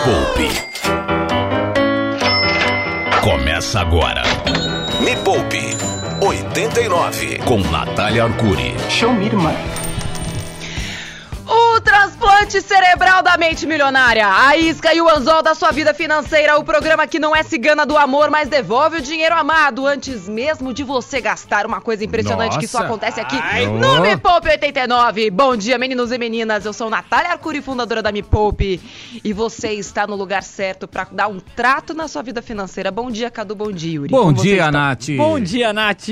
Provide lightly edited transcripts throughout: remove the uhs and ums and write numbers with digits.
Poupe. Começa agora. Me Poupe 89 com Natália Arcuri. Show me, irmã. O transplante cerebral da mente milionária, a isca e o anzol da sua vida financeira, o programa que não é cigana do amor, mas devolve o dinheiro amado antes mesmo de você gastar. Uma coisa impressionante que só acontece aqui no Me Poupe 89. Bom dia, meninos e meninas, eu sou Natália Arcuri, fundadora da Me Poupe, e você está no lugar certo para dar um trato na sua vida financeira. Bom dia, Cadu, bom dia, Yuri. Bom dia, Nath. Bom dia, Nath.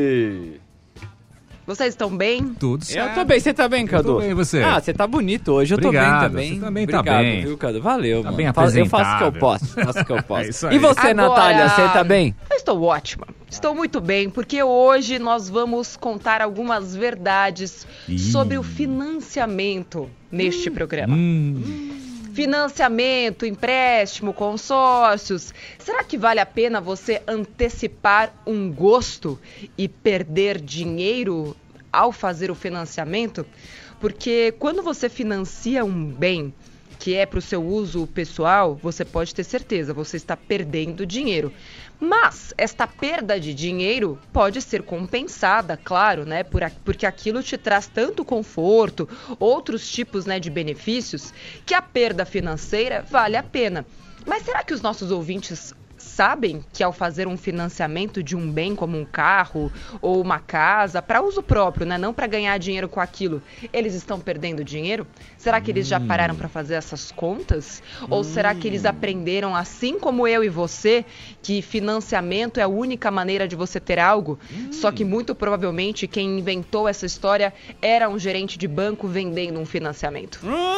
Vocês estão bem? Tudo certo. Eu tô bem, você tá bem, Cadu? Tudo bem, você? Ah, você tá bonito hoje, eu Obrigado, tô bem também. você também Obrigado, tá bem. Viu, Cadu? Valeu, Tá mano. bem Eu faço o que eu apresentável. posso, É isso aí. E você, Agora, Natália, você tá bem? Eu estou ótima, estou muito bem, porque hoje nós vamos contar algumas verdades sobre o financiamento neste programa. Financiamento, empréstimo, consórcios. Será que vale a pena você antecipar um gosto e perder dinheiro ao fazer o financiamento? Porque quando você financia um bem que é para o seu uso pessoal, você pode ter certeza, você está perdendo dinheiro. Mas esta perda de dinheiro pode ser compensada, claro, né? Porque aquilo te traz tanto conforto, outros tipos, né, de benefícios, que a perda financeira vale a pena. Mas será que os nossos ouvintes sabem que ao fazer um financiamento de um bem como um carro ou uma casa, para uso próprio, né, não para ganhar dinheiro com aquilo, eles estão perdendo dinheiro? Será que eles já pararam para fazer essas contas? Ou será que eles aprenderam, assim como eu e você, que financiamento é a única maneira de você ter algo? Só que muito provavelmente quem inventou essa história era um gerente de banco vendendo um financiamento.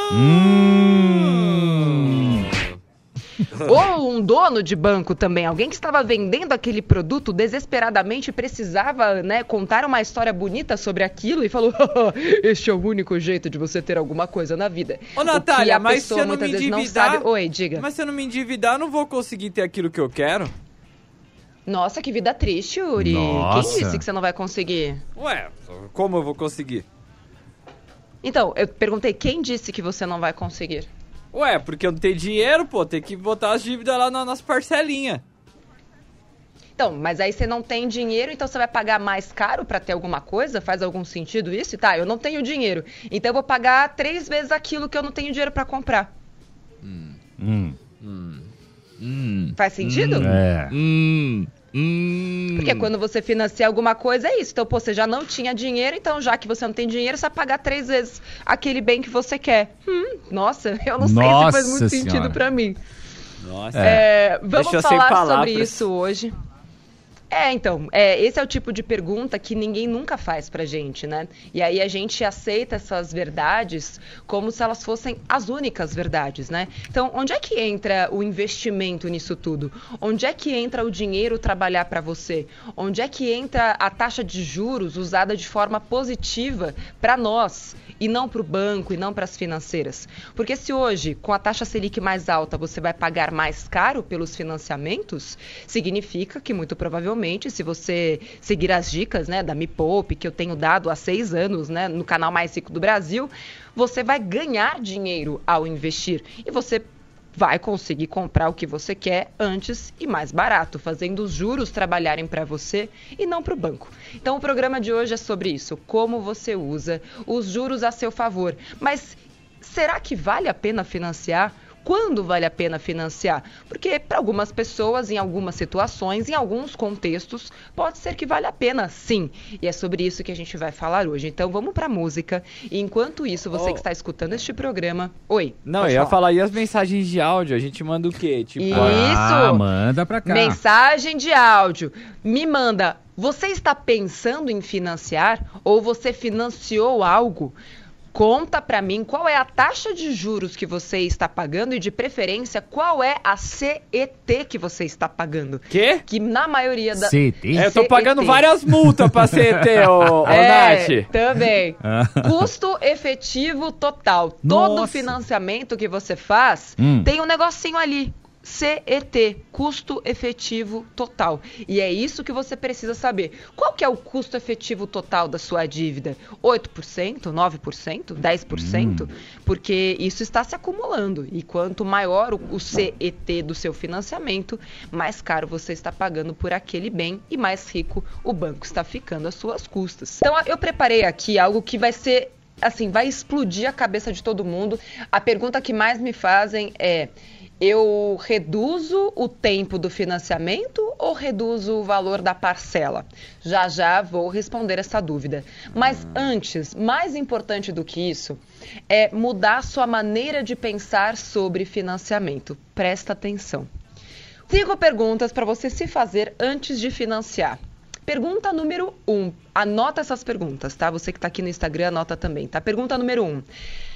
Ou um dono de banco também, alguém que estava vendendo aquele produto desesperadamente, precisava, né, contar uma história bonita sobre aquilo e falou: este é o único jeito de você ter alguma coisa na vida. Ô, Natália, mas se eu não muitas me vezes não endividar... sabe. Oi, diga. Mas se eu não me endividar, eu não vou conseguir ter aquilo que eu quero? Nossa, que vida triste, Yuri. Nossa. Quem disse que você não vai conseguir? Ué, como eu vou conseguir? Então, eu perguntei, quem disse que você não vai conseguir? Ué, porque eu não tenho dinheiro, pô, tem que botar as dívidas lá nas parcelinhas. Então, mas aí você não tem dinheiro, então você vai pagar mais caro pra ter alguma coisa? Faz algum sentido isso? Tá, eu não tenho dinheiro, então eu vou pagar 3 vezes aquilo que eu não tenho dinheiro pra comprar. Faz sentido? É. Porque quando você financia alguma coisa, é isso. Então, pô, você já não tinha dinheiro, então já que você não tem dinheiro, você vai pagar 3 vezes aquele bem que você quer. Nossa, eu não sei se faz muito Nossa sentido Senhora. pra mim. Nossa. Vamos Deixa eu sem falar sobre palavras. isso hoje. Esse é o tipo de pergunta que ninguém nunca faz pra gente, né? E aí a gente aceita essas verdades como se elas fossem as únicas verdades, né? Então, onde é que entra o investimento nisso tudo? Onde é que entra o dinheiro trabalhar pra você? Onde é que entra a taxa de juros usada de forma positiva pra nós e não pro banco e não pras financeiras? Porque se hoje, com a taxa Selic mais alta, você vai pagar mais caro pelos financiamentos, significa que muito provavelmente, se você seguir as dicas, né, da Me Poupe, que eu tenho dado há 6 anos, né, no canal mais rico do Brasil, você vai ganhar dinheiro ao investir e você vai conseguir comprar o que você quer antes e mais barato, fazendo os juros trabalharem para você e não para o banco. Então o programa de hoje é sobre isso, como você usa os juros a seu favor. Mas será que vale a pena financiar? Quando vale a pena financiar? Porque para algumas pessoas, em algumas situações, em alguns contextos, pode ser que vale a pena, sim. E é sobre isso que a gente vai falar hoje. Então vamos para a música. E enquanto isso, você que está escutando este programa... Oi. Não, pode eu ia falar, e as mensagens de áudio? A gente manda o quê? Tipo, Isso! Manda pra cá. Mensagem de áudio. Me manda. Você está pensando em financiar? Ou você financiou algo? Conta pra mim qual é a taxa de juros que você está pagando e, de preferência, qual é a CET que você está pagando. Quê? Que na maioria da... CT? Eu tô pagando CET. várias multas pra CT, ô Nath. Também. Custo efetivo total. Todo Nossa. financiamento que você faz tem um negocinho ali. CET, custo efetivo total. E é isso que você precisa saber. Qual que é o custo efetivo total da sua dívida? 8%, 9%, 10%? Porque isso está se acumulando. E quanto maior o CET do seu financiamento, mais caro você está pagando por aquele bem e mais rico o banco está ficando às suas custas. Então, eu preparei aqui algo que vai ser, assim, vai explodir a cabeça de todo mundo. A pergunta que mais me fazem é: eu reduzo o tempo do financiamento ou reduzo o valor da parcela? Já já vou responder essa dúvida. Mas antes, mais importante do que isso, é mudar sua maneira de pensar sobre financiamento. Presta atenção. 5 perguntas para você se fazer antes de financiar. Pergunta número 1. Anota essas perguntas, tá? Você que está aqui no Instagram, anota também, tá? Pergunta número 1.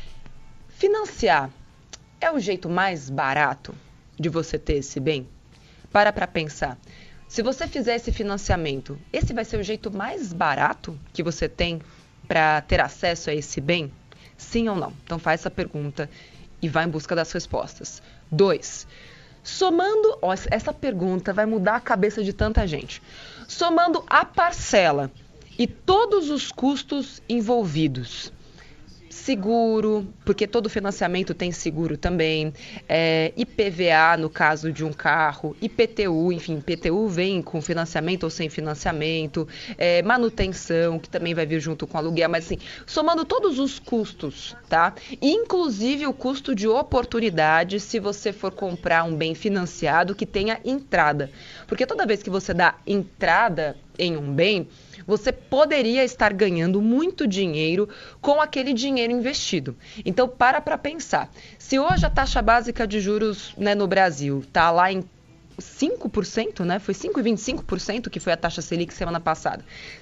Financiar é o jeito mais barato de você ter esse bem? Para pensar. Se você fizer esse financiamento, esse vai ser o jeito mais barato que você tem para ter acesso a esse bem? Sim ou não? Então faz essa pergunta e vai em busca das respostas. 2. Somando, essa pergunta vai mudar a cabeça de tanta gente. Somando a parcela e todos os custos envolvidos. Seguro, porque todo financiamento tem seguro também, IPVA no caso de um carro, IPTU, enfim, IPTU vem com financiamento ou sem financiamento, manutenção, que também vai vir junto com aluguel, mas assim, somando todos os custos, tá? Inclusive o custo de oportunidade se você for comprar um bem financiado que tenha entrada, porque toda vez que você dá entrada em um bem, você poderia estar ganhando muito dinheiro com aquele dinheiro investido. Então, para pensar. Se hoje a taxa básica de juros, né, no Brasil está lá em 5%, né? Foi 5,25% que foi a taxa Selic semana passada.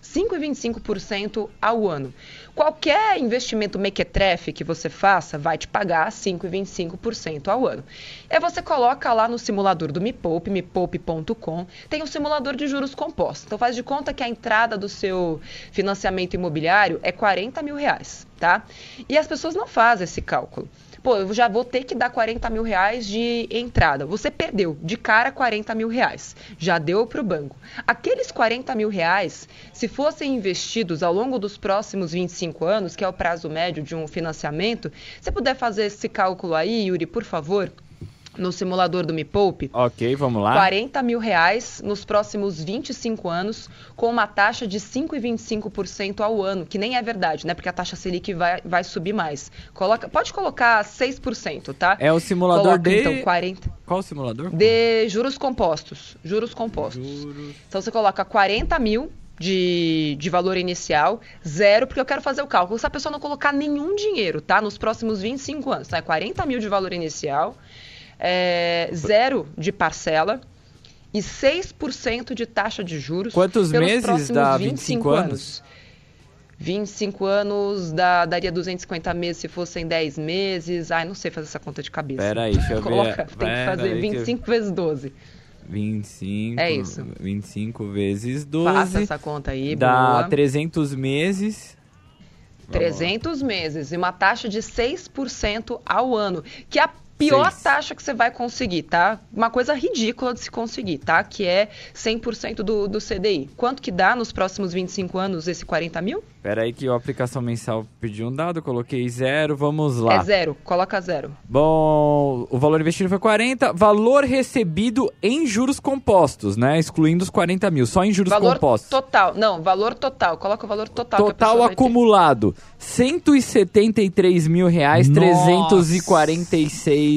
5,25% ao ano. Qualquer investimento mequetrefe que você faça vai te pagar 5,25% ao ano. Aí você coloca lá no simulador do Me Poupe, mepoupe.com, tem um simulador de juros compostos. Então faz de conta que a entrada do seu financiamento imobiliário é R$40 mil, tá? E as pessoas não fazem esse cálculo. Pô, eu já vou ter que dar R$40 mil de entrada. Você perdeu de cara R$40 mil. Já deu para o banco. Aqueles R$40 mil, se fossem investidos ao longo dos próximos 25 anos, que é o prazo médio de um financiamento, se puder fazer esse cálculo aí, Yuri, por favor, no simulador do Me Poupe. Ok, vamos lá. R$40 mil nos próximos 25 anos, com uma taxa de 5,25% ao ano, que nem é verdade, né? Porque a taxa Selic vai subir mais. Pode colocar 6%, tá? É o simulador então, 40... Qual o simulador? De juros compostos. Então você coloca R$40 mil de valor inicial, 0, porque eu quero fazer o cálculo. Se a pessoa não colocar nenhum dinheiro, tá? Nos próximos 25 anos, tá? R$40 mil de valor inicial, 0 de parcela e 6% de taxa de juros. Quantos pelos meses próximos dá 25 anos? 25 anos daria 250 meses se fossem 10 meses. Ai, não sei fazer essa conta de cabeça. Peraí, deixa eu ver. Tem que fazer 25 vezes 12. 25. É isso. 25 vezes 12. Faça essa conta aí, dá boa. 300 meses. 300 meses e uma taxa de 6% ao ano, que é a pior taxa que você vai conseguir, tá? Uma coisa ridícula de se conseguir, tá? Que é 100% do CDI. Quanto que dá nos próximos 25 anos esse 40 mil? Espera aí que a aplicação mensal pediu um dado, coloquei 0, vamos lá. É 0, coloca 0. Bom, o valor investido foi 40, valor recebido em juros compostos, né? Excluindo os 40 mil, só em juros compostos. Valor total, coloca o valor total. Total acumulado, R$173 mil, R$346.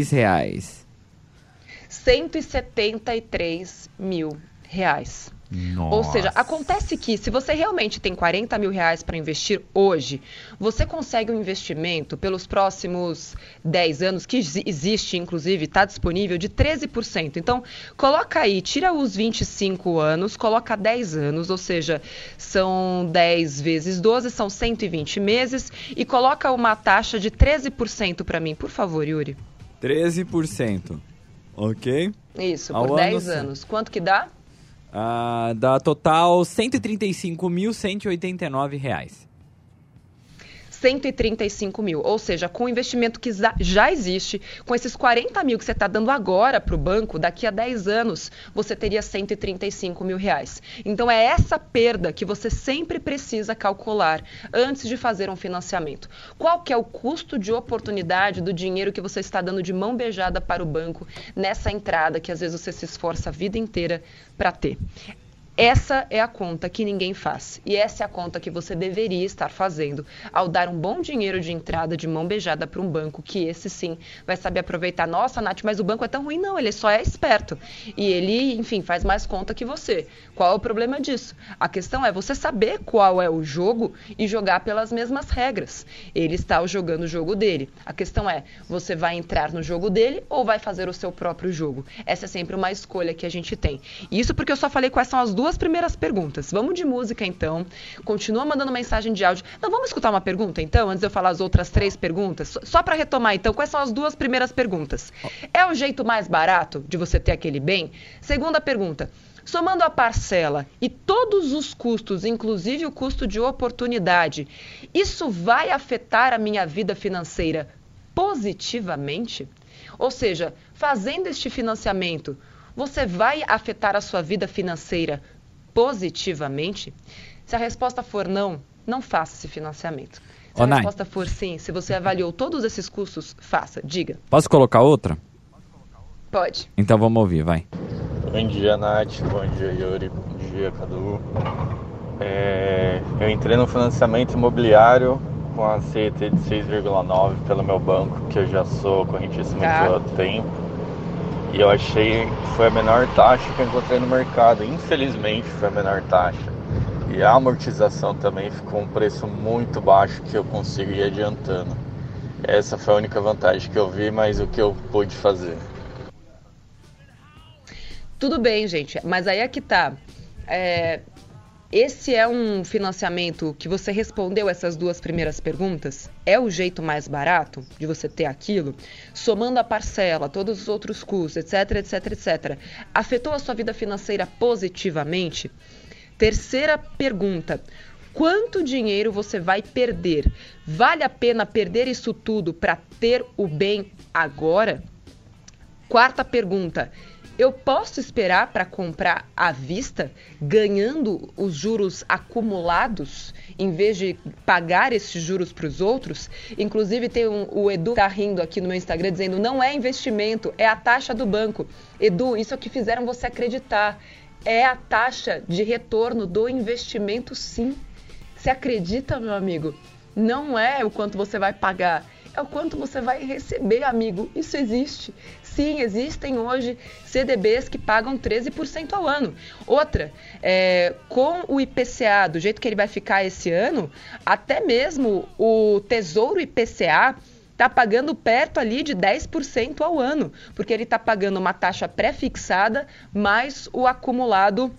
R$173 mil. Nossa. Ou seja, acontece que se você realmente tem R$40 mil para investir hoje, você consegue um investimento pelos próximos 10 anos, que existe, inclusive, está disponível, de 13%. Então, coloca aí, tira os 25 anos, coloca 10 anos, ou seja, são 10 vezes 12, são 120 meses, e coloca uma taxa de 13% para mim, por favor, Yuri. 13%, ok? Isso, por 10 anos. Quanto que dá? Dá total R$135.189. 135 mil. Ou seja, com o investimento que já existe, com esses 40 mil que você está dando agora para o banco, daqui a 10 anos, você teria 135 mil reais. Então, é essa perda que você sempre precisa calcular antes de fazer um financiamento. Qual que é o custo de oportunidade do dinheiro que você está dando de mão beijada para o banco nessa entrada que às vezes você se esforça a vida inteira para ter? Essa é a conta que ninguém faz. E essa é a conta que você deveria estar fazendo ao dar um bom dinheiro de entrada de mão beijada para um banco, que esse sim vai saber aproveitar. Nossa, Nath, mas o banco é tão ruim. Não, ele só é esperto. E ele, enfim, faz mais conta que você. Qual é o problema disso? A questão é você saber qual é o jogo e jogar pelas mesmas regras. Ele está jogando o jogo dele. A questão é, você vai entrar no jogo dele ou vai fazer o seu próprio jogo? Essa é sempre uma escolha que a gente tem. Isso porque eu só falei quais são as duas primeiras perguntas. Vamos de música, então. Continua mandando mensagem de áudio. Não, vamos escutar uma pergunta, então, antes de eu falar as outras 3 perguntas? Só para retomar, então, quais são as 2 primeiras perguntas? É o jeito mais barato de você ter aquele bem? Segunda pergunta. Somando a parcela e todos os custos, inclusive o custo de oportunidade, isso vai afetar a minha vida financeira positivamente? Ou seja, fazendo este financiamento, você vai afetar a sua vida financeira positivamente? Se a resposta for não, não faça esse financiamento. Se a resposta for sim, se você avaliou todos esses custos, faça. Diga. Posso colocar outra? Pode. Então vamos ouvir, vai. Bom dia, Nath. Bom dia, Yuri. Bom dia, Cadu. Eu entrei no financiamento imobiliário com a CET de 6,9 pelo meu banco, que eu já sou correntíssimo há tempo. E eu achei que foi a menor taxa que eu encontrei no mercado. Infelizmente, foi a menor taxa. E a amortização também ficou um preço muito baixo que eu consigo ir adiantando. Essa foi a única vantagem que eu vi, mas o que eu pude fazer. Tudo bem, gente, mas aí é que tá. Esse é um financiamento que você respondeu essas 2 primeiras perguntas? É o jeito mais barato de você ter aquilo? Somando a parcela, todos os outros custos, etc, etc, etc. Afetou a sua vida financeira positivamente? Terceira pergunta. Quanto dinheiro você vai perder? Vale a pena perder isso tudo para ter o bem agora? Quarta pergunta. Eu posso esperar para comprar à vista, ganhando os juros acumulados, em vez de pagar esses juros para os outros? Inclusive, o Edu tá rindo aqui no meu Instagram, dizendo, não é investimento, é a taxa do banco. Edu, isso é o que fizeram você acreditar. É a taxa de retorno do investimento, sim. Você acredita, meu amigo? Não é o quanto você vai pagar, é o quanto você vai receber, amigo. Isso existe. Sim, existem hoje CDBs que pagam 13% ao ano. Outra, com o IPCA, do jeito que ele vai ficar esse ano, até mesmo o Tesouro IPCA está pagando perto ali de 10% ao ano, porque ele está pagando uma taxa pré-fixada mais o acumulado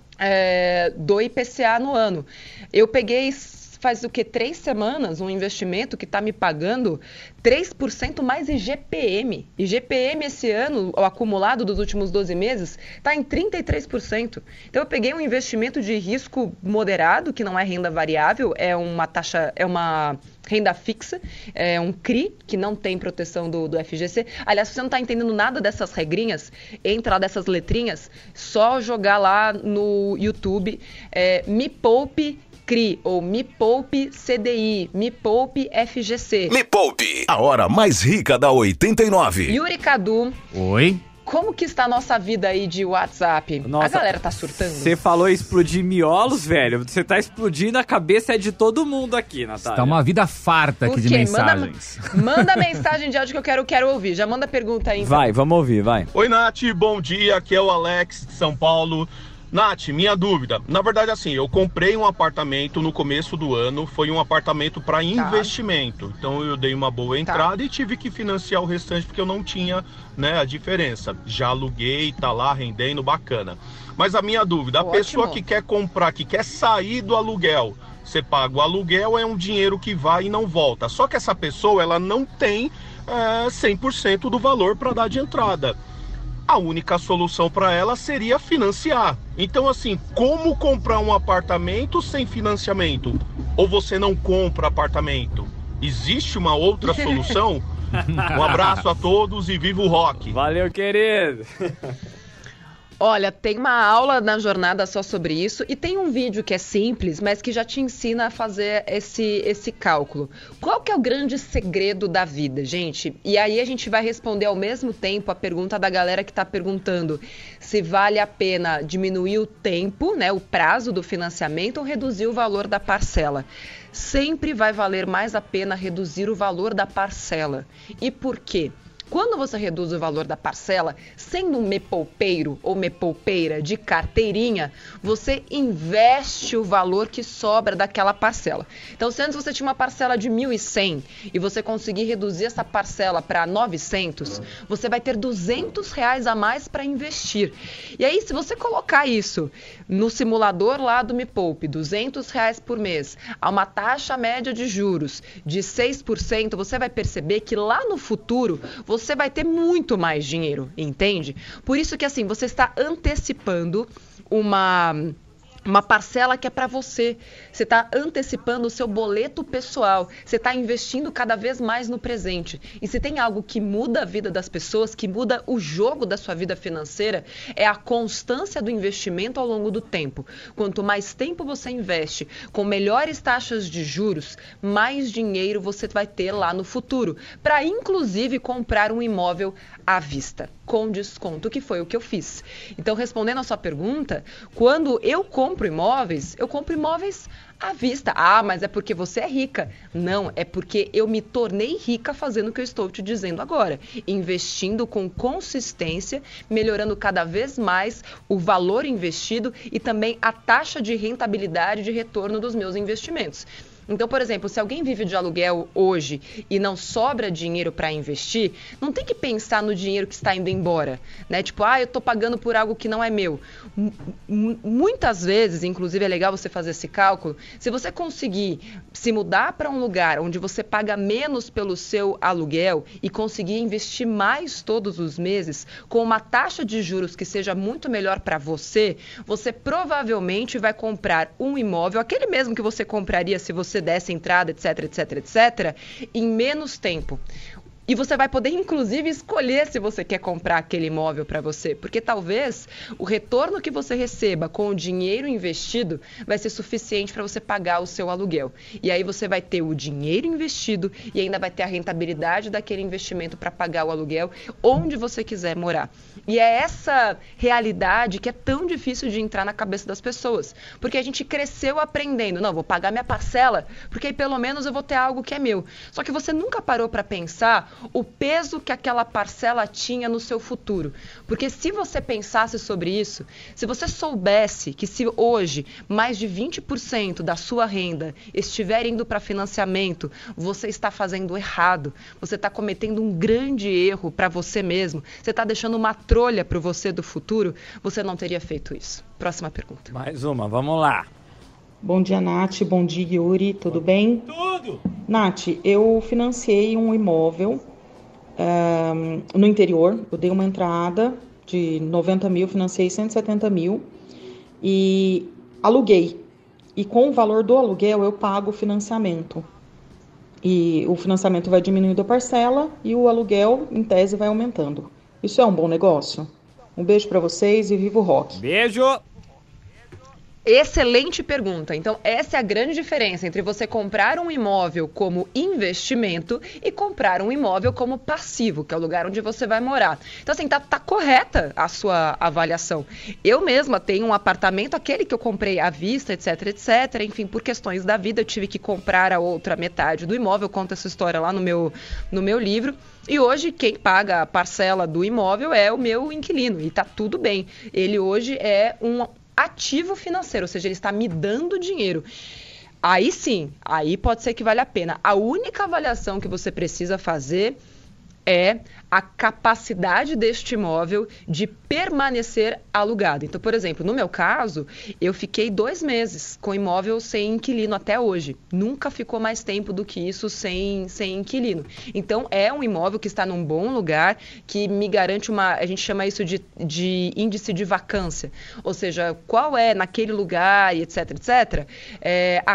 do IPCA no ano. Eu peguei faz 3 semanas um investimento que está me pagando 3% mais IGPM. IGPM esse ano, o acumulado dos últimos 12 meses, está em 33%. Então eu peguei um investimento de risco moderado, que não é renda variável, é uma renda fixa, é um CRI, que não tem proteção do FGC. Aliás, se você não está entendendo nada dessas regrinhas, entra lá dessas letrinhas, só jogar lá no YouTube, Me Poupe CRI, ou Me Poupe CDI, Me Poupe FGC. Me Poupe, a hora mais rica da 89. Yuri Cadu. Oi. Como que está a nossa vida aí de WhatsApp? Nossa, a galera tá surtando? Você falou explodir miolos, velho. Você tá explodindo a cabeça de todo mundo aqui, Natália. Tá uma vida farta aqui de mensagens. Manda mensagem de áudio que eu quero ouvir. Já manda pergunta aí. Então. Vai, vamos ouvir, vai. Oi, Nath, bom dia. Aqui é o Alex de São Paulo. Nath, minha dúvida, na verdade assim, eu comprei um apartamento no começo do ano, foi um apartamento para investimento, então eu dei uma boa entrada e tive que financiar o restante porque eu não tinha, né, a diferença. Já aluguei, tá lá rendendo, bacana. Mas a minha dúvida, a pessoa que quer comprar, que quer sair do aluguel, você paga o aluguel, é um dinheiro que vai e não volta, só que essa pessoa, ela não tem 100% do valor para dar de entrada. A única solução para ela seria financiar. Então, assim, como comprar um apartamento sem financiamento? Ou você não compra apartamento? Existe uma outra solução? Um abraço a todos e viva o rock! Valeu, querido! Olha, tem uma aula na jornada só sobre isso e tem um vídeo que é simples, mas que já te ensina a fazer esse cálculo. Qual que é o grande segredo da vida, gente? E aí a gente vai responder ao mesmo tempo a pergunta da galera que está perguntando se vale a pena diminuir o tempo, né, o prazo do financiamento ou reduzir o valor da parcela. Sempre vai valer mais a pena reduzir o valor da parcela. E por quê? Quando você reduz o valor da parcela, sendo um mepoupeiro ou mepoupeira de carteirinha, você investe o valor que sobra daquela parcela. Então, se antes você tinha uma parcela de 1.100 e você conseguir reduzir essa parcela para 900, você vai ter R$200 a mais para investir. E aí, se você colocar isso no simulador lá do Me Poupe, R$200 por mês, a uma taxa média de juros de 6%, você vai perceber que lá no futuro você vai ter muito mais dinheiro, entende? Por isso que assim, você está antecipando uma parcela que é para você. Você está antecipando o seu boleto pessoal. Você está investindo cada vez mais no presente. E se tem algo que muda a vida das pessoas, que muda o jogo da sua vida financeira, é a constância do investimento ao longo do tempo. Quanto mais tempo você investe, com melhores taxas de juros, mais dinheiro você vai ter lá no futuro. Para, inclusive, comprar um imóvel à vista, com desconto, que foi o que eu fiz. Então, respondendo a sua pergunta, quando eu compro imóveis à vista. Ah, mas é porque você é rica. Não, é porque eu me tornei rica fazendo o que eu estou te dizendo agora. Investindo com consistência, melhorando cada vez mais o valor investido e também a taxa de rentabilidade de retorno dos meus investimentos. Então, por exemplo, se alguém vive de aluguel hoje e não sobra dinheiro para investir, não tem que pensar no dinheiro que está indo embora, né? Tipo, eu estou pagando por algo que não é meu. Muitas vezes, inclusive é legal você fazer esse cálculo, se você conseguir se mudar para um lugar onde você paga menos pelo seu aluguel e conseguir investir mais todos os meses, com uma taxa de juros que seja muito melhor para você, você provavelmente vai comprar um imóvel, aquele mesmo que você compraria se você desse entrada, etc, etc, etc, em menos tempo. E você vai poder, inclusive, escolher se você quer comprar aquele imóvel para você, porque talvez o retorno que você receba com o dinheiro investido vai ser suficiente para você pagar o seu aluguel. E aí você vai ter o dinheiro investido e ainda vai ter a rentabilidade daquele investimento para pagar o aluguel onde você quiser morar. E é essa realidade que é tão difícil de entrar na cabeça das pessoas, porque a gente cresceu aprendendo, não, vou pagar minha parcela, porque aí pelo menos eu vou ter algo que é meu. Só que você nunca parou para pensar o peso que aquela parcela tinha no seu futuro. Porque se você pensasse sobre isso, se você soubesse que se hoje mais de 20% da sua renda estiver indo para financiamento, você está fazendo errado. Você está cometendo um grande erro para você mesmo. Você está deixando uma trolha para você do futuro. Você não teria feito isso. Próxima pergunta. Mais uma, vamos lá. Bom dia, Nath. Bom dia, Yuri. Tudo bem? Tudo! Nath, eu financiei um imóvel no interior. Eu dei uma entrada de 90 mil, financiei 170 mil e aluguei. E com o valor do aluguel eu pago o financiamento. E o financiamento vai diminuindo a parcela e o aluguel, em tese, vai aumentando. Isso é um bom negócio? Um beijo para vocês e viva o rock. Beijo! Excelente pergunta. Então, essa é a grande diferença entre você comprar um imóvel como investimento e comprar um imóvel como passivo, que é o lugar onde você vai morar. Então, assim, tá correta a sua avaliação. Eu mesma tenho um apartamento, aquele que eu comprei à vista, etc, etc. Enfim, por questões da vida, eu tive que comprar a outra metade do imóvel. Eu conto essa história lá no meu livro. E hoje, quem paga a parcela do imóvel é o meu inquilino. E tá tudo bem. Ele hoje é um ativo financeiro, ou seja, ele está me dando dinheiro. Aí sim, aí pode ser que vale a pena. A única avaliação que você precisa fazer é a capacidade deste imóvel de permanecer alugado. Então, por exemplo, no meu caso, eu fiquei 2 meses com imóvel sem inquilino até hoje. Nunca ficou mais tempo do que isso sem inquilino. Então, é um imóvel que está num bom lugar, que me garante a gente chama isso de índice de vacância. Ou seja, qual é naquele lugar e etc, etc, a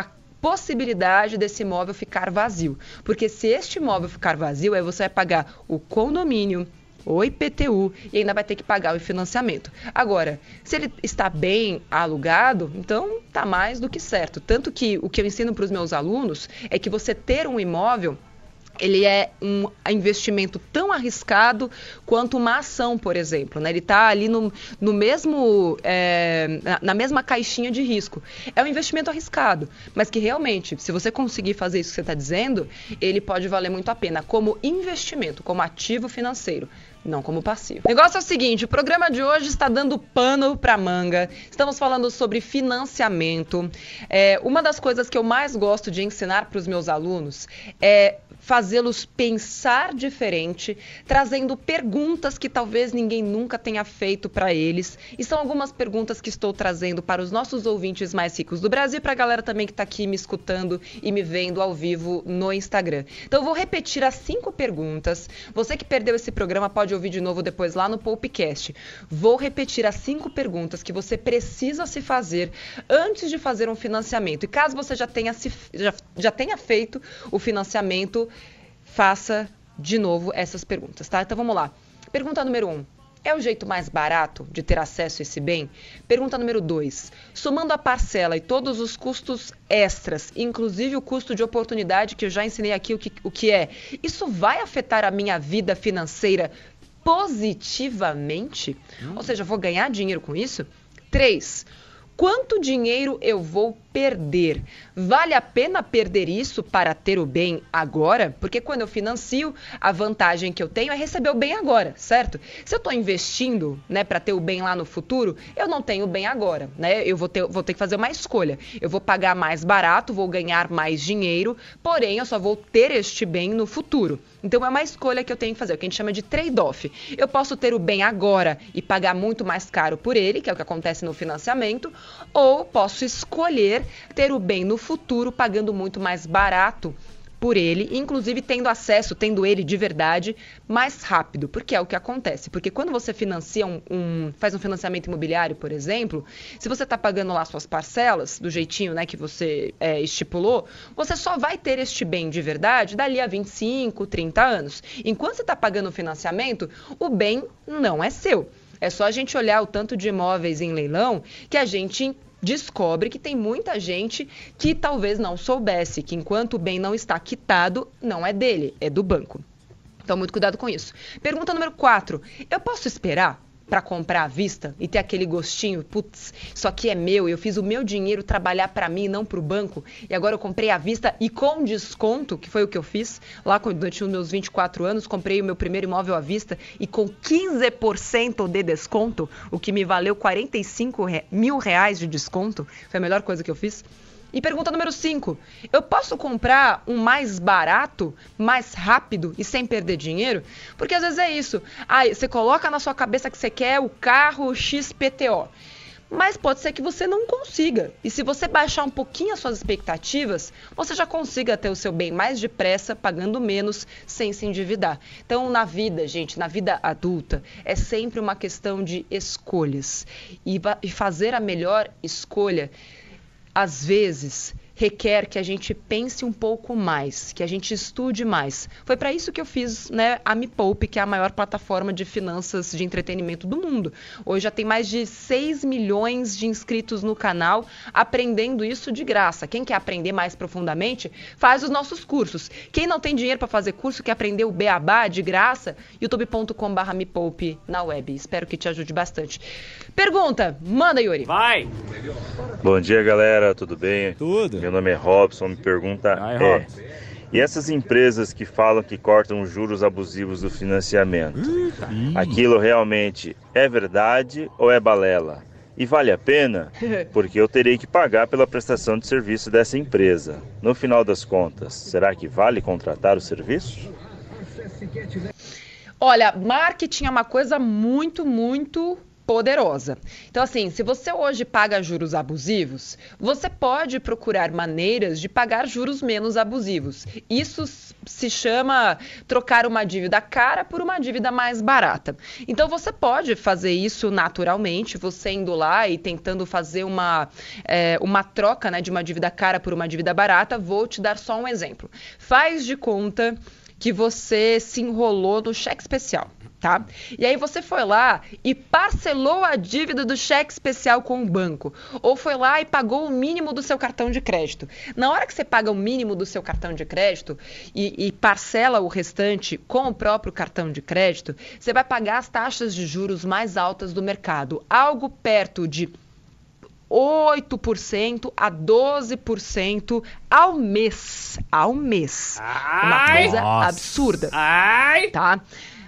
possibilidade desse imóvel ficar vazio. Porque se este imóvel ficar vazio, aí você vai pagar o condomínio, o IPTU e ainda vai ter que pagar o financiamento. Agora, se ele está bem alugado, então está mais do que certo. Tanto que o que eu ensino para os meus alunos é que você ter um imóvel, ele é um investimento tão arriscado quanto uma ação, por exemplo, né? Ele está ali no mesmo, na mesma caixinha de risco. É um investimento arriscado, mas que realmente, se você conseguir fazer isso que você está dizendo, ele pode valer muito a pena como investimento, como ativo financeiro. Não como passivo. O negócio é o seguinte, o programa de hoje está dando pano para manga. Estamos falando sobre financiamento. Uma das coisas que eu mais gosto de ensinar para os meus alunos é fazê-los pensar diferente, trazendo perguntas que talvez ninguém nunca tenha feito para eles. E são algumas perguntas que estou trazendo para os nossos ouvintes mais ricos do Brasil e para a galera também que está aqui me escutando e me vendo ao vivo no Instagram. Então eu vou repetir as 5 perguntas. Você que perdeu esse programa pode ouvir de novo depois lá no Poupecast. Vou repetir as 5 perguntas que você precisa se fazer antes de fazer um financiamento. E caso você já tenha feito o financiamento, faça de novo essas perguntas, tá? Então vamos lá. Pergunta número 1. É o jeito mais barato de ter acesso a esse bem? Pergunta número 2. Somando a parcela e todos os custos extras, inclusive o custo de oportunidade, que eu já ensinei aqui o que é, isso vai afetar a minha vida financeira positivamente? Ou seja, vou ganhar dinheiro com isso? 3. Quanto dinheiro eu vou perder? Vale a pena perder isso para ter o bem agora? Porque quando eu financio, a vantagem que eu tenho é receber o bem agora, certo? Se eu estou investindo, né, para ter o bem lá no futuro, eu não tenho o bem agora, né? Eu vou ter que fazer uma escolha. Eu vou pagar mais barato, vou ganhar mais dinheiro, porém eu só vou ter este bem no futuro. Então é uma escolha que eu tenho que fazer, o que a gente chama de trade-off. Eu posso ter o bem agora e pagar muito mais caro por ele, que é o que acontece no financiamento, ou posso escolher ter o bem no futuro pagando muito mais barato por ele, inclusive tendo acesso, tendo ele de verdade mais rápido, porque é o que acontece. Porque quando você financia faz um financiamento imobiliário, por exemplo, se você está pagando lá suas parcelas do jeitinho, né, que você estipulou, você só vai ter este bem de verdade dali a 25, 30 anos. Enquanto você está pagando o financiamento, o bem não é seu. É só a gente olhar o tanto de imóveis em leilão que a gente descobre que tem muita gente que talvez não soubesse que enquanto o bem não está quitado, não é dele, é do banco. Então, muito cuidado com isso. Pergunta número 4. Eu posso esperar para comprar à vista e ter aquele gostinho, putz, isso aqui é meu, eu fiz o meu dinheiro trabalhar para mim, não para o banco, e agora eu comprei à vista e com desconto, que foi o que eu fiz, lá quando eu tinha os meus 24 anos, comprei o meu primeiro imóvel à vista e com 15% de desconto, o que me valeu R$45 mil de desconto, foi a melhor coisa que eu fiz. E pergunta número 5, eu posso comprar um mais barato, mais rápido e sem perder dinheiro? Porque às vezes é isso, você coloca na sua cabeça que você quer o carro XPTO, mas pode ser que você não consiga. E se você baixar um pouquinho as suas expectativas, você já consiga ter o seu bem mais depressa, pagando menos, sem se endividar. Então, na vida, gente, na vida adulta, é sempre uma questão de escolhas. E fazer a melhor escolha às vezes, requer que a gente pense um pouco mais, que a gente estude mais. Foi para isso que eu fiz, né, a Me Poupe, que é a maior plataforma de finanças de entretenimento do mundo. Hoje já tem mais de 6 milhões de inscritos no canal, aprendendo isso de graça. Quem quer aprender mais profundamente, faz os nossos cursos. Quem não tem dinheiro para fazer curso, quer aprender o beabá de graça, youtube.com/mepoupe na web. Espero que te ajude bastante. Pergunta, manda, Yuri. Vai! Bom dia, galera, tudo bem? Tudo. Meu nome é Robson, me pergunta e essas empresas que falam que cortam os juros abusivos do financiamento, aquilo realmente é verdade ou é balela? E vale a pena? Porque eu terei que pagar pela prestação de serviço dessa empresa. No final das contas, será que vale contratar o serviço? Olha, marketing é uma coisa muito, muito poderosa. Então, assim, se você hoje paga juros abusivos, você pode procurar maneiras de pagar juros menos abusivos. Isso se chama trocar uma dívida cara por uma dívida mais barata. Então, você pode fazer isso naturalmente, você indo lá e tentando fazer uma troca, né, de uma dívida cara por uma dívida barata. Vou te dar só um exemplo. Faz de conta que você se enrolou no cheque especial, tá? E aí você foi lá e parcelou a dívida do cheque especial com o banco. Ou foi lá e pagou o mínimo do seu cartão de crédito. Na hora que você paga o mínimo do seu cartão de crédito e parcela o restante com o próprio cartão de crédito, você vai pagar as taxas de juros mais altas do mercado. Algo perto de 8% a 12% ao mês. Ao mês. Uma coisa absurda. Tá?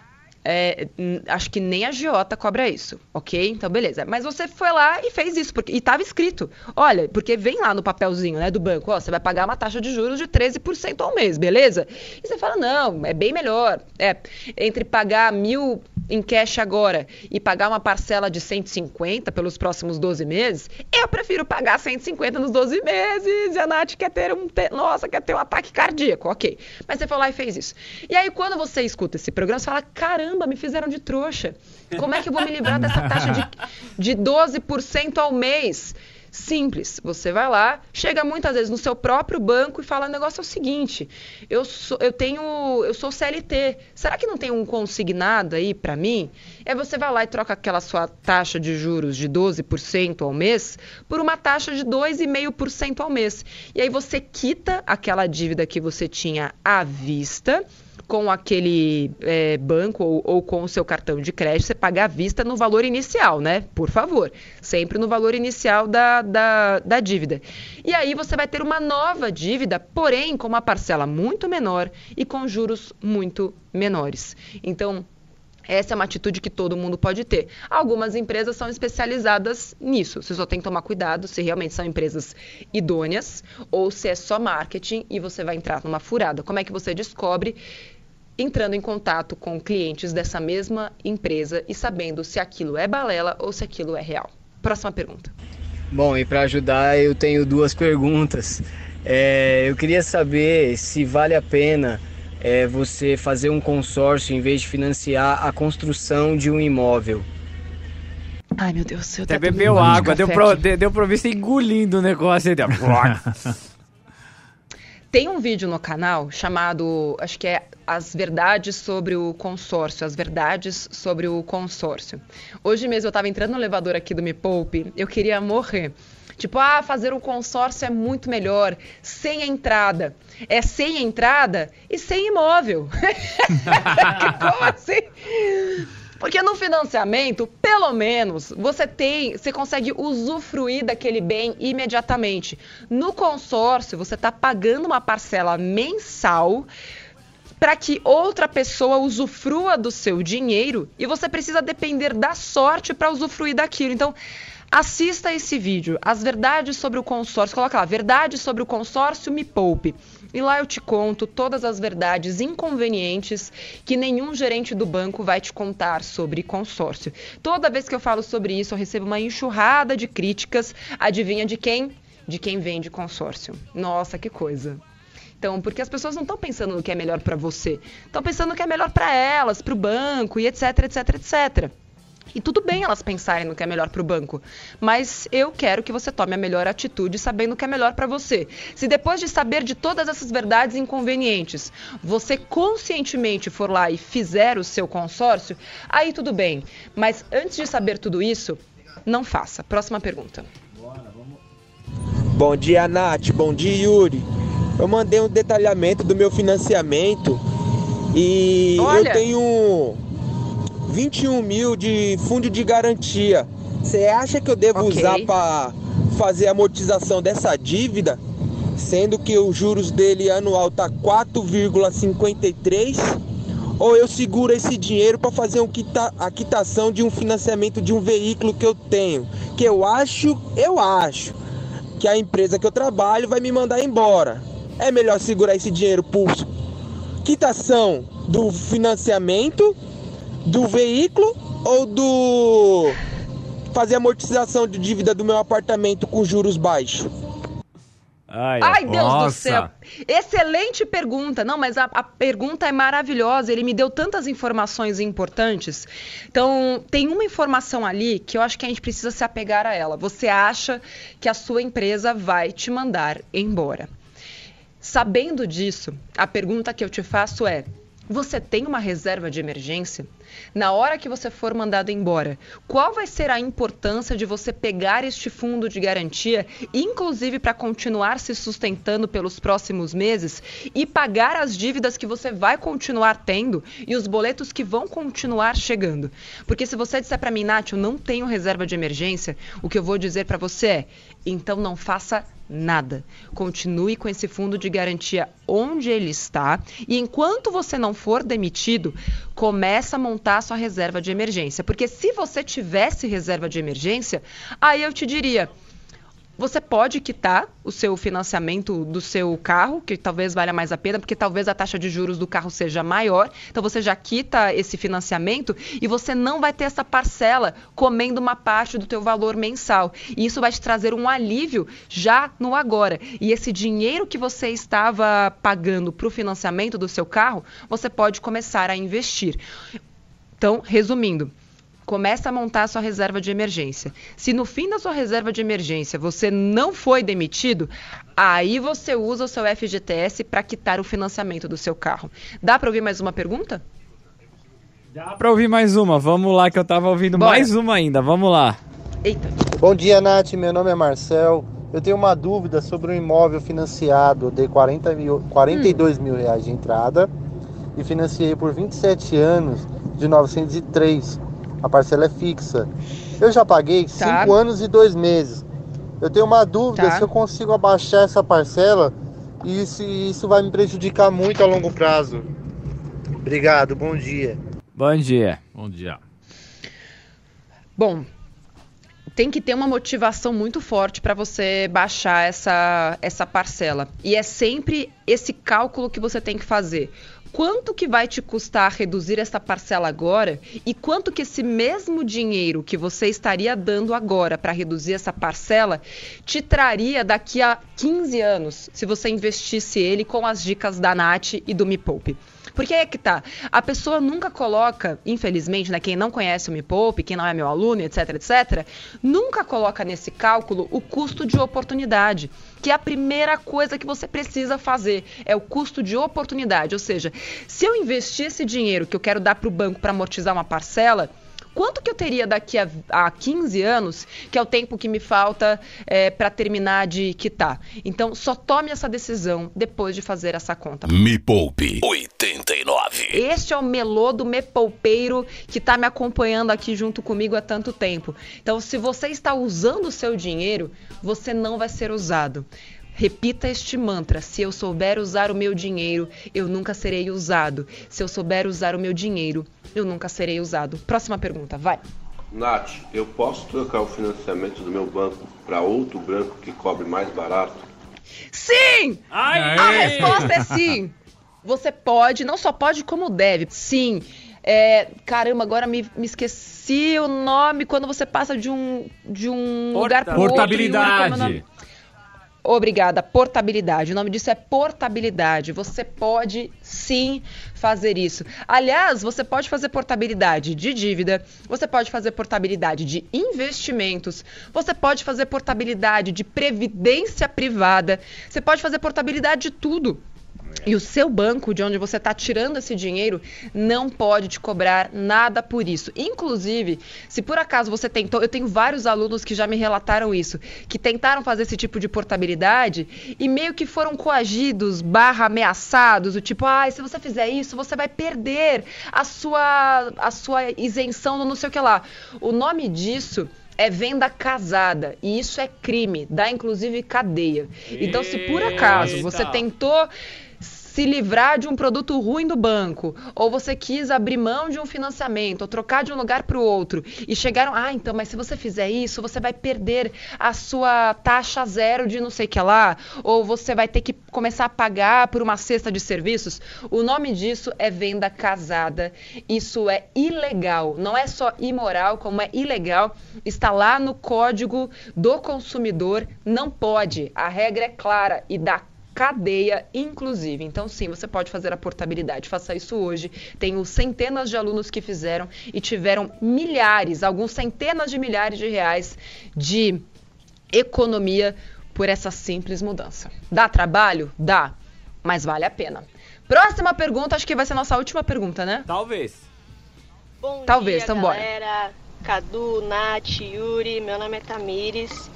Acho que nem a agiota cobra isso, ok? Então, beleza. Mas você foi lá e fez isso, e estava escrito. Olha, porque vem lá no papelzinho, né, do banco, ó, você vai pagar uma taxa de juros de 13% ao mês, beleza? E você fala, não, é bem melhor. Entre pagar 1.000 em cash agora e pagar uma parcela de 150 pelos próximos 12 meses, eu prefiro pagar 150 nos 12 meses. E a Nath quer ter um ataque cardíaco, ok. Mas você foi lá e fez isso. E aí, quando você escuta esse programa, você fala, caramba, me fizeram de trouxa. Como é que eu vou me livrar dessa taxa de 12% ao mês? Simples, você vai lá, chega muitas vezes no seu próprio banco e fala, o negócio é o seguinte, eu sou CLT, será que não tem um consignado aí para mim? Aí você vai lá e troca aquela sua taxa de juros de 12% ao mês por uma taxa de 2,5% ao mês. E aí você quita aquela dívida que você tinha à vista com aquele banco ou com o seu cartão de crédito, você paga à vista no valor inicial, né? Por favor, sempre no valor inicial da dívida. E aí você vai ter uma nova dívida, porém com uma parcela muito menor e com juros muito menores. Então, essa é uma atitude que todo mundo pode ter. Algumas empresas são especializadas nisso. Você só tem que tomar cuidado se realmente são empresas idôneas ou se é só marketing e você vai entrar numa furada. Como é que você descobre? Entrando em contato com clientes dessa mesma empresa e sabendo se aquilo é balela ou se aquilo é real. Próxima pergunta. Bom, e para ajudar eu tenho duas perguntas. Eu queria saber se vale a pena você fazer um consórcio em vez de financiar a construção de um imóvel. Ai, meu Deus do céu. Até bebeu água, deu pra ver você engolindo o negócio aí. Tem um vídeo no canal chamado, acho que é As Verdades sobre o Consórcio, As Verdades sobre o Consórcio. Hoje mesmo eu estava entrando no elevador aqui do Me Poupe, eu queria morrer. Tipo, fazer um consórcio é muito melhor, sem entrada. É sem entrada e sem imóvel. Como assim? Porque no financiamento, pelo menos, você consegue usufruir daquele bem imediatamente. No consórcio, você está pagando uma parcela mensal para que outra pessoa usufrua do seu dinheiro e você precisa depender da sorte para usufruir daquilo. Então, assista esse vídeo, As Verdades sobre o Consórcio. Coloca lá, Verdades sobre o Consórcio Me Poupe. E lá eu te conto todas as verdades inconvenientes que nenhum gerente do banco vai te contar sobre consórcio. Toda vez que eu falo sobre isso, eu recebo uma enxurrada de críticas. Adivinha de quem? De quem vende consórcio. Nossa, que coisa. Então, porque as pessoas não estão pensando no que é melhor para você. Estão pensando no que é melhor para elas, para o banco e etc, etc, etc. E tudo bem elas pensarem no que é melhor para o banco, mas eu quero que você tome a melhor atitude sabendo o que é melhor para você. Se depois de saber de todas essas verdades inconvenientes, você conscientemente for lá e fizer o seu consórcio, aí tudo bem. Mas antes de saber tudo isso, não faça. Próxima pergunta. Bom dia, Nath. Bom dia, Yuri. Eu mandei um detalhamento do meu financiamento e eu tenho 21 mil de fundo de garantia. Você acha que eu devo usar para fazer a amortização dessa dívida? Sendo que os juros dele anual tá 4,53? Ou eu seguro esse dinheiro para fazer a quitação de um financiamento de um veículo que eu tenho? Que eu acho que a empresa que eu trabalho vai me mandar embora. É melhor segurar esse dinheiro por quitação do financiamento do veículo ou fazer amortização de dívida do meu apartamento com juros baixos? Ai, Deus do céu. Excelente pergunta. Não, mas a pergunta é maravilhosa. Ele me deu tantas informações importantes. Então, tem uma informação ali que eu acho que a gente precisa se apegar a ela. Você acha que a sua empresa vai te mandar embora. Sabendo disso, a pergunta que eu te faço é: você tem uma reserva de emergência? Na hora que você for mandado embora, qual vai ser a importância de você pegar este fundo de garantia, inclusive para continuar se sustentando pelos próximos meses e pagar as dívidas que você vai continuar tendo e os boletos que vão continuar chegando? Porque se você disser para mim, Nath, eu não tenho reserva de emergência, o que eu vou dizer para você é: então não faça nada. Continue com esse fundo de garantia onde ele está e enquanto você não for demitido, começa a montar a sua reserva de emergência. Porque se você tivesse reserva de emergência, aí eu te diria: você pode quitar o seu financiamento do seu carro, que talvez valha mais a pena, porque talvez a taxa de juros do carro seja maior. Então você já quita esse financiamento e você não vai ter essa parcela comendo uma parte do teu valor mensal. E isso vai te trazer um alívio já no agora. E esse dinheiro que você estava pagando para o financiamento do seu carro, você pode começar a investir. Então, resumindo, começa a montar a sua reserva de emergência. Se no fim da sua reserva de emergência você não foi demitido, aí você usa o seu FGTS para quitar o financiamento do seu carro. Dá para ouvir mais uma pergunta? Dá para ouvir mais uma. Vamos lá, que eu estava ouvindo mais uma ainda. Vamos lá. Eita. Bom dia, Nath. Meu nome é Marcel. Eu tenho uma dúvida sobre um imóvel financiado de 42 mil reais de entrada e financiei por 27 anos de 903. A parcela é fixa. Eu já paguei 5 anos e 2 meses. Eu tenho uma dúvida se eu consigo abaixar essa parcela e se isso vai me prejudicar muito a longo prazo. Obrigado, bom dia. Bom dia. Bom dia. Bom, tem que ter uma motivação muito forte para você baixar essa parcela. E é sempre esse cálculo que você tem que fazer. Quanto que vai te custar reduzir essa parcela agora e quanto que esse mesmo dinheiro que você estaria dando agora para reduzir essa parcela te traria daqui a 15 anos se você investisse ele com as dicas da Nath e do Me Poupe. Porque aí é que tá, a pessoa nunca coloca, infelizmente, né, quem não conhece o Me Poupe, quem não é meu aluno, etc, nunca coloca nesse cálculo o custo de oportunidade, que é a primeira coisa que você precisa fazer, é o custo de oportunidade. Ou seja, se eu investir esse dinheiro que eu quero dar para o banco para amortizar uma parcela, quanto que eu teria daqui a 15 anos, que é o tempo que me falta para terminar de quitar? Então, só tome essa decisão depois de fazer essa conta. Me Poupe 89. Este é o melô do Me Poupeiro que está me acompanhando aqui junto comigo há tanto tempo. Então, se você está usando o seu dinheiro, você não vai ser usado. Repita este mantra: se eu souber usar o meu dinheiro, eu nunca serei usado. Se eu souber usar o meu dinheiro, eu nunca serei usado. Próxima pergunta, vai. Nath, eu posso trocar o financiamento do meu banco para outro banco que cobre mais barato? Sim! A resposta é sim. Você pode, não só pode como deve. Sim. Caramba, agora me esqueci o nome quando você passa de um lugar para outro. Portabilidade. Obrigada, portabilidade. O nome disso é portabilidade. Você pode sim fazer isso. Aliás, você pode fazer portabilidade de dívida, você pode fazer portabilidade de investimentos, você pode fazer portabilidade de previdência privada, você pode fazer portabilidade de tudo. E o seu banco, de onde você está tirando esse dinheiro, não pode te cobrar nada por isso. Inclusive, se por acaso você tentou, eu tenho vários alunos que já me relataram isso, que tentaram fazer esse tipo de portabilidade e meio que foram coagidos, ameaçados, o tipo, se você fizer isso, você vai perder a sua isenção do não sei o que lá. O nome disso é venda casada, e isso é crime, dá inclusive cadeia. Então, se por acaso você tentou se livrar de um produto ruim do banco, ou você quis abrir mão de um financiamento, ou trocar de um lugar para o outro, e chegaram, então, mas se você fizer isso, você vai perder a sua taxa zero de não sei o que lá, ou você vai ter que começar a pagar por uma cesta de serviços. O nome disso é venda casada. Isso é ilegal. Não é só imoral, como é ilegal. Está lá no Código do Consumidor. Não pode. A regra é clara e dá cadeia, inclusive. Então, sim, você pode fazer a portabilidade. Faça isso hoje. Tenho centenas de alunos que fizeram e tiveram milhares, alguns centenas de milhares de reais de economia por essa simples mudança. Dá trabalho? Dá, mas vale a pena. Próxima pergunta, acho que vai ser a nossa última pergunta, né? Talvez. Bom Talvez, dia, então bora. Galera, Cadu, Nath, Yuri, meu nome é Tamires.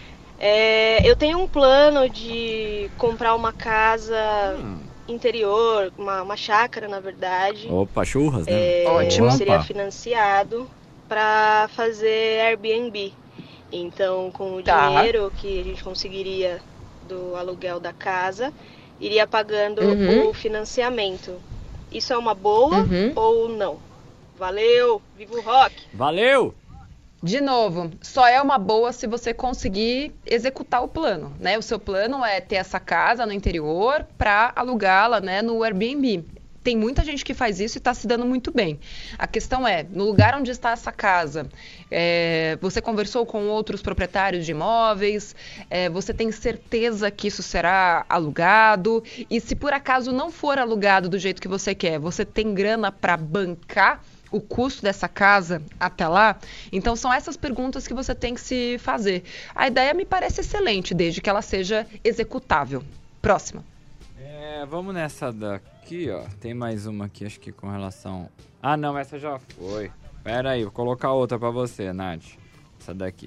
Eu tenho um plano de comprar uma casa interior, uma chácara, na verdade. Opa, churras, né? Ótimo. Seria financiado para fazer Airbnb. Então, com o dinheiro que a gente conseguiria do aluguel da casa, iria pagando o financiamento. Isso é uma boa ou não? Valeu! Viva o rock! Valeu! De novo, só é uma boa se você conseguir executar o plano, né? O seu plano é ter essa casa no interior para alugá-la, né, no Airbnb. Tem muita gente que faz isso e está se dando muito bem. A questão é, no lugar onde está essa casa, você conversou com outros proprietários de imóveis, você tem certeza que isso será alugado, e se por acaso não for alugado do jeito que você quer, você tem grana para bancar o custo dessa casa até lá? Então são essas perguntas que você tem que se fazer. A ideia me parece excelente, desde que ela seja executável. Próxima. Vamos nessa daqui, ó. Tem mais uma aqui, acho que com relação... Ah, não, essa já foi. Pera aí, vou colocar outra pra você, Nath. Essa daqui.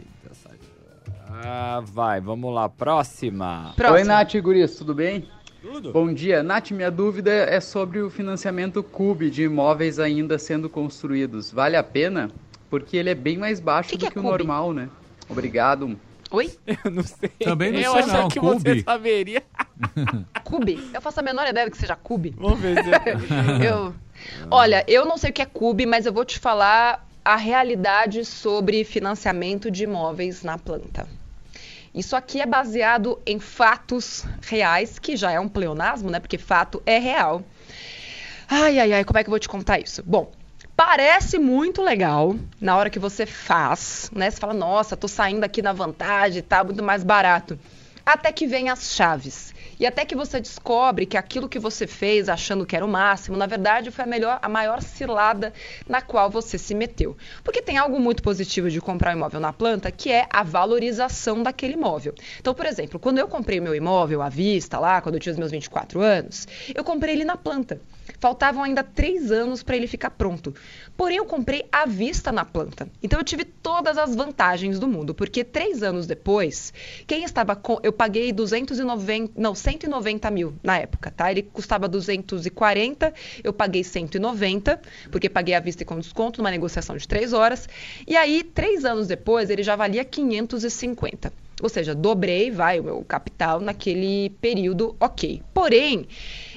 Vai, vamos lá. Próxima. Oi, Nath e Guris, tudo bem? Tudo. Bom dia. Nath, minha dúvida é sobre o financiamento CUB de imóveis ainda sendo construídos. Vale a pena? Porque ele é bem mais baixo do que o normal, né? Obrigado. Oi? Eu não sei. Também não eu sei acho não, que Cube. você saberia. Cube? Eu faço a menor ideia do que seja Cube. Vamos ver se Olha, eu não sei o que é Cube, mas eu vou te falar a realidade sobre financiamento de imóveis na planta. Isso aqui é baseado em fatos reais, que já é um pleonasmo, né? Porque fato é real. Ai, como é que eu vou te contar isso? Bom, parece muito legal na hora que você faz, né? Você fala, nossa, tô saindo aqui na vantagem, tá muito mais barato. Até que vem as chaves. E até que você descobre que aquilo que você fez achando que era o máximo, na verdade foi a maior cilada na qual você se meteu. Porque tem algo muito positivo de comprar um imóvel na planta, que é a valorização daquele imóvel. Então, por exemplo, quando eu comprei o meu imóvel à vista, lá, quando eu tinha os meus 24 anos, eu comprei ele na planta. Faltavam ainda 3 anos para ele ficar pronto. Porém, eu comprei à vista na planta. Então, eu tive todas as vantagens do mundo, porque 3 anos depois, eu paguei 190 mil na época, tá? Ele custava 240, eu paguei 190, porque paguei à vista e com desconto, numa negociação de 3 horas. E aí, 3 anos depois, ele já valia 550. Ou seja, dobrei, o meu capital naquele período, ok. Porém,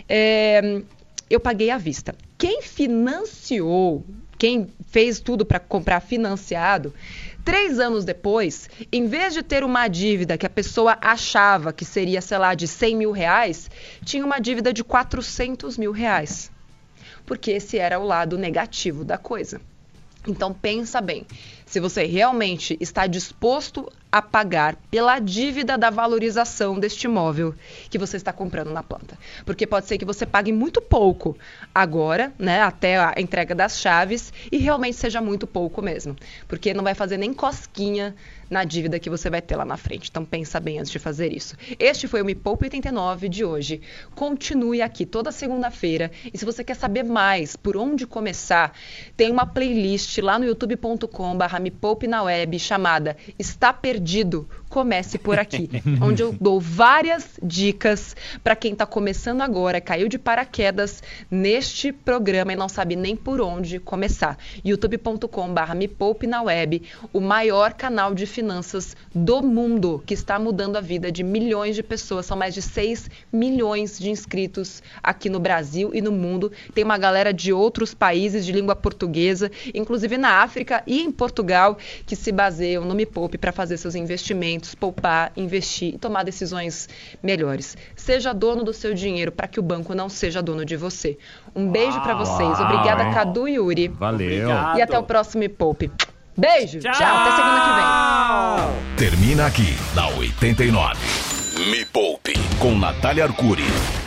eu paguei à vista. Quem financiou, quem fez tudo para comprar financiado, 3 anos depois, em vez de ter uma dívida que a pessoa achava que seria, sei lá, de 100 mil reais, tinha uma dívida de 400 mil reais. Porque esse era o lado negativo da coisa. Então, pensa bem. Se você realmente está disposto a pagar pela dívida da valorização deste imóvel que você está comprando na planta. Porque pode ser que você pague muito pouco agora, né, até a entrega das chaves, e realmente seja muito pouco mesmo. Porque não vai fazer nem cosquinha na dívida que você vai ter lá na frente. Então pensa bem antes de fazer isso. Este foi o Me Poupe 89 de hoje. Continue aqui toda segunda-feira. E se você quer saber mais por onde começar, tem uma playlist lá no youtube.com/Me Poupe na Web chamada Está Perdido perdido, comece por aqui, onde eu dou várias dicas para quem está começando agora, caiu de paraquedas neste programa e não sabe nem por onde começar. youtube.com/Me Poupe na Web, o maior canal de finanças do mundo, que está mudando a vida de milhões de pessoas. São mais de 6 milhões de inscritos aqui no Brasil e no mundo. Tem uma galera de outros países de língua portuguesa, inclusive na África e em Portugal, que se baseiam no Me Poupe para fazer seus investimentos, poupar, investir e tomar decisões melhores. Seja dono do seu dinheiro para que o banco não seja dono de você. Um beijo para vocês. Obrigada, Cadu e Yuri. Valeu. Obrigado. E até o próximo Me Poupe. Beijo. Tchau. Até segunda que vem. Termina aqui na 89. Me Poupe com Natália Arcuri.